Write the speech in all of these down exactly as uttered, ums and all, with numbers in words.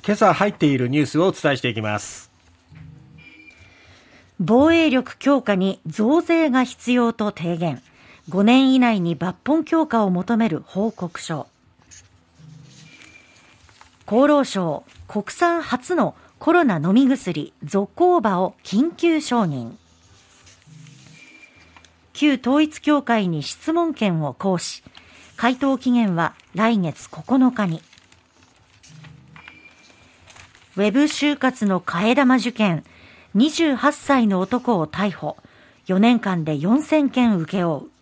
今朝入っているニュースをお伝えしていきます。 防衛力強化に増税が必要と提言。ごねん以内に抜本強化を求める報告書。厚労省、国産初のコロナ飲み薬ゾコーバを緊急承認。旧統一教会に質問権を行使。回答期限は来月ここのかに。ウェブ就活の替え玉受験、にじゅうはっさいの男を逮捕。よねんかんでよんせんけん請け負う。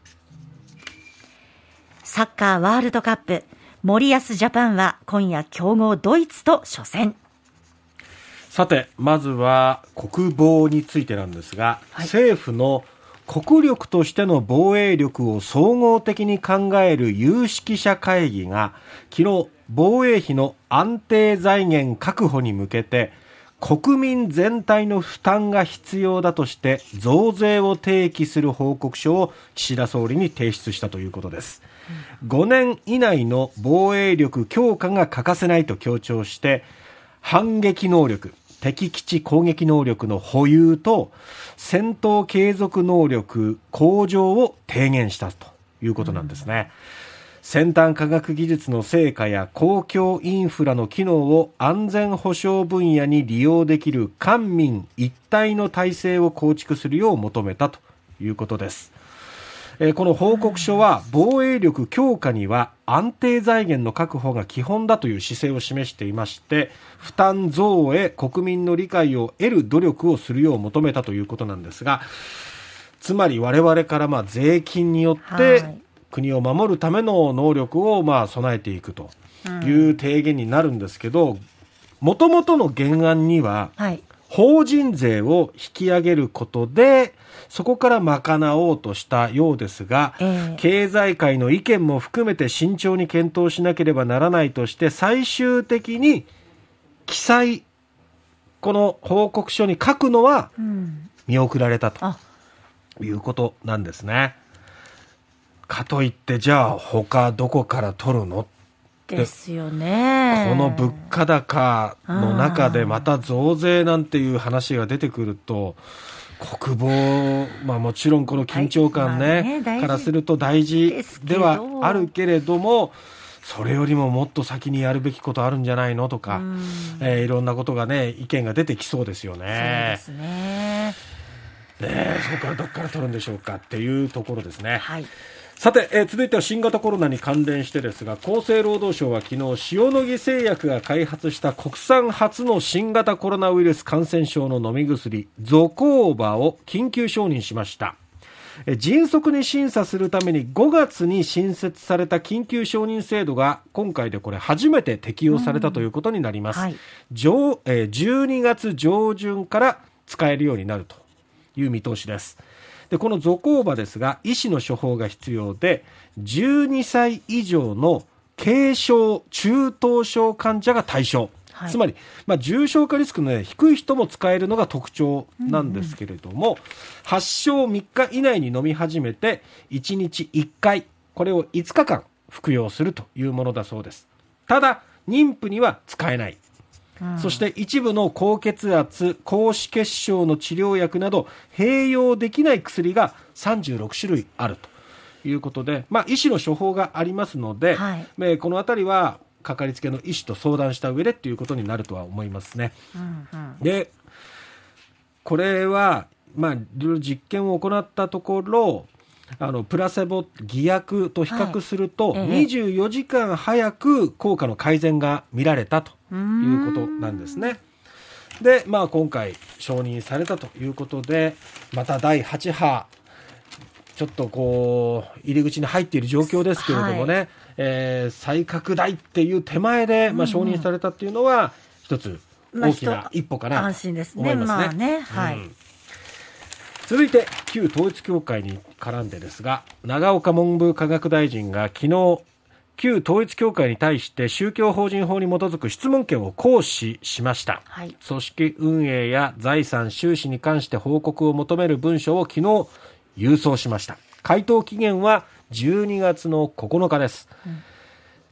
サッカーワールドカップ、森保ジャパンは今夜強豪ドイツと初戦。 さて、まずは国防についてなんですが、はい、政府の国力としての防衛力を総合的に考える有識者会議が昨日、防衛費の安定財源確保に向けて国民全体の負担が必要だとして増税を提起する報告書を岸田総理に提出したということです。ごねん以内の防衛力強化が欠かせないと強調して、反撃能力、敵基地攻撃能力の保有と戦闘継続能力向上を提言したということなんですね。うん、先端科学技術の成果や公共インフラの機能を安全保障分野に利用できる官民一体の体制を構築するよう求めたということです。この報告書は防衛力強化には安定財源の確保が基本だという姿勢を示していまして、負担増へ国民の理解を得る努力をするよう求めたということなんですが、つまり我々からまあ税金によって国を守るための能力をまあ備えていくという提言になるんですけど、もともとの原案には法人税を引き上げることでそこから賄おうとしたようですが、えー、経済界の意見も含めて慎重に検討しなければならないとして最終的に記載、この報告書に書くのは見送られたということなんですね。かといってじゃあ他どこから取るのですよね。 この物価高の中でまた増税なんていう話が出てくると国防、まあ、もちろんこの緊張感、ねはいまあね、からすると大事ではあるけれども、それよりももっと先にやるべきことあるんじゃないのとか、えー、いろんなことがね意見が出てきそうですよね。 そうですね。 ね、そこからどこから取るんでしょうかっていうところですね。 はい、 さて、えー、続いては新型コロナに関連してですが、厚生労働省は昨日塩野義製薬が開発した国産初の新型コロナウイルス感染症の飲み薬ゾコーバを緊急承認しました。えー、迅速に審査するためにごがつに新設された緊急承認制度が今回でこれ初めて適用されたということになります。はい、上えー、じゅうにがつ上旬から使えるようになるという見通しです。でこのゾコーバですが医師の処方が必要でじゅうにさい以上の軽症中等症患者が対象、はい、つまり、まあ、重症化リスクの、ね、低い人も使えるのが特徴なんですけれども、うんうん、発症みっか以内に飲み始めていちにちいっかい、これをいつかかん服用するというものだそうです。ただ妊婦には使えない、うん、そして一部の高血圧、高脂血症の治療薬など併用できない薬がさんじゅうろくしゅるいあるということで、まあ、医師の処方がありますので、はい、このあたりはかかりつけの医師と相談した上でということになるとは思いますね。うんうん、でこれは、まあ、いろいろ実験を行ったところ、あのプラセボ偽薬と比較すると、はい、にじゅうよじかん早く効果の改善が見られたということなんですね。で、まあ、今回承認されたということで、まただいはち波ちょっとこう入り口に入っている状況ですけれどもね、はい、えー、再拡大っていう手前で、まあ、承認されたっていうのは一つ大きな一歩かなと思いますね。 安心ですね。まあね、はい、うん、 続いて旧統一教会に絡んでですが、永岡文部科学大臣が昨日旧統一教会に対して宗教法人法に基づく質問権を行使しました。はい、組織運営や財産収支に関して報告を求める文書を昨日郵送しました。回答期限はじゅうにがつのここのかです。うん、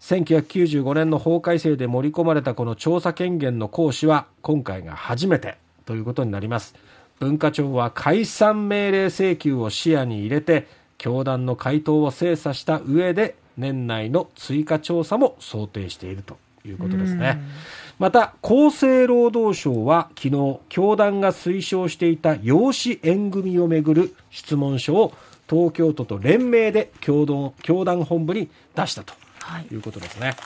せんきゅうひゃくきゅうじゅうごねんの法改正で盛り込まれたこの調査権限の行使は今回が初めてということになります。文化庁は解散命令請求を視野に入れて教団の回答を精査した上で年内の追加調査も想定しているということですね。また厚生労働省は昨日教団が推奨していた養子縁組をめぐる質問書を東京都と連名で教団、教団本部に出したということですね。はい、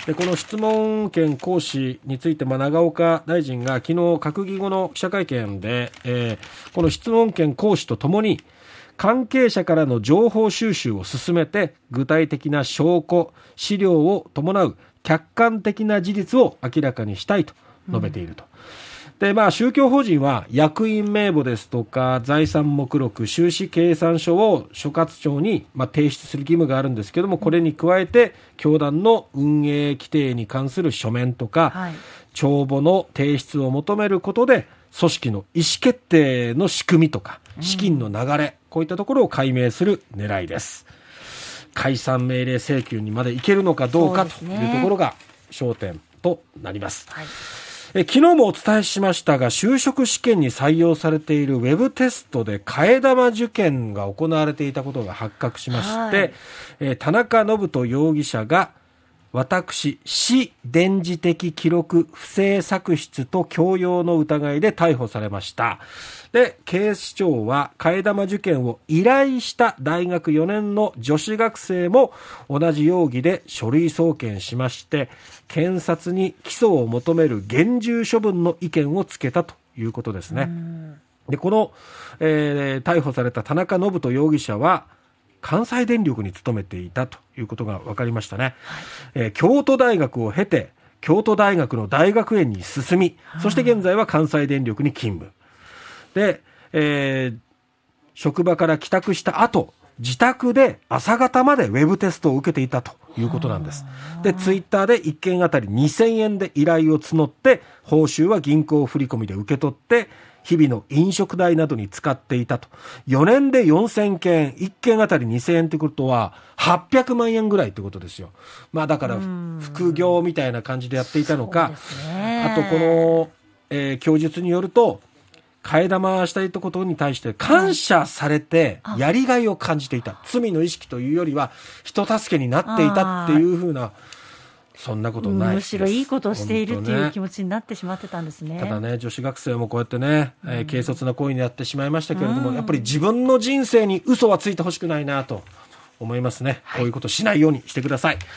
でこの質問権行使について、まあ、永岡大臣が昨日閣議後の記者会見で、えー、この質問権行使とともに関係者からの情報収集を進めて具体的な証拠資料を伴う客観的な事実を明らかにしたいと述べていると。うん、でまあ、宗教法人は役員名簿ですとか財産目録、収支計算書を所轄庁にまあ提出する義務があるんですけども、これに加えて教団の運営規定に関する書面とか、はい、帳簿の提出を求めることで組織の意思決定の仕組みとか資金の流れ、うん、こういったところを解明する狙いです。解散命令請求にまでいけるのかどうかというところが焦点となります。はい、え昨日もお伝えしましたが、就職試験に採用されているウェブテストで替え玉受験が行われていたことが発覚しまして、はい、え田中信人容疑者が私、私電磁的記録不正作出と強要の疑いで逮捕されました。で、警視庁は替え玉受験を依頼した大学よねんの女子学生も同じ容疑で書類送検しまして、検察に起訴を求める厳重処分の意見をつけたということですね。で、この、えー、逮捕された田中信人容疑者は関西電力に勤めていたということが分かりましたね。はい、えー、京都大学を経て京都大学の大学院に進み、そして現在は関西電力に勤務で、えー、職場から帰宅した後、自宅で朝方までウェブテストを受けていたということなんです。で、ツイッターでいっけんあたりにせんえんで依頼を募って、報酬は銀行振込で受け取って日々の飲食代などに使っていたと。よねんでよんせんけん、いっけんあたりにせんえんってことははっぴゃくまんえんぐらいってことですよ。まあだから副業みたいな感じでやっていたのか、あとこの、えー、供述によると、替え玉したいことに対して感謝されてやりがいを感じていた、罪の意識というよりは人助けになっていたっていうふうな、そんなことないです。 むしろいいことをしているっていう気持ちになってしまってたんですね。 ただね、女子学生もこうやってね、うん、えー、軽率な行為になってしまいましたけれども、うん、やっぱり自分の人生に嘘はついてほしくないなと思いますね。はい、こういうことしないようにしてください。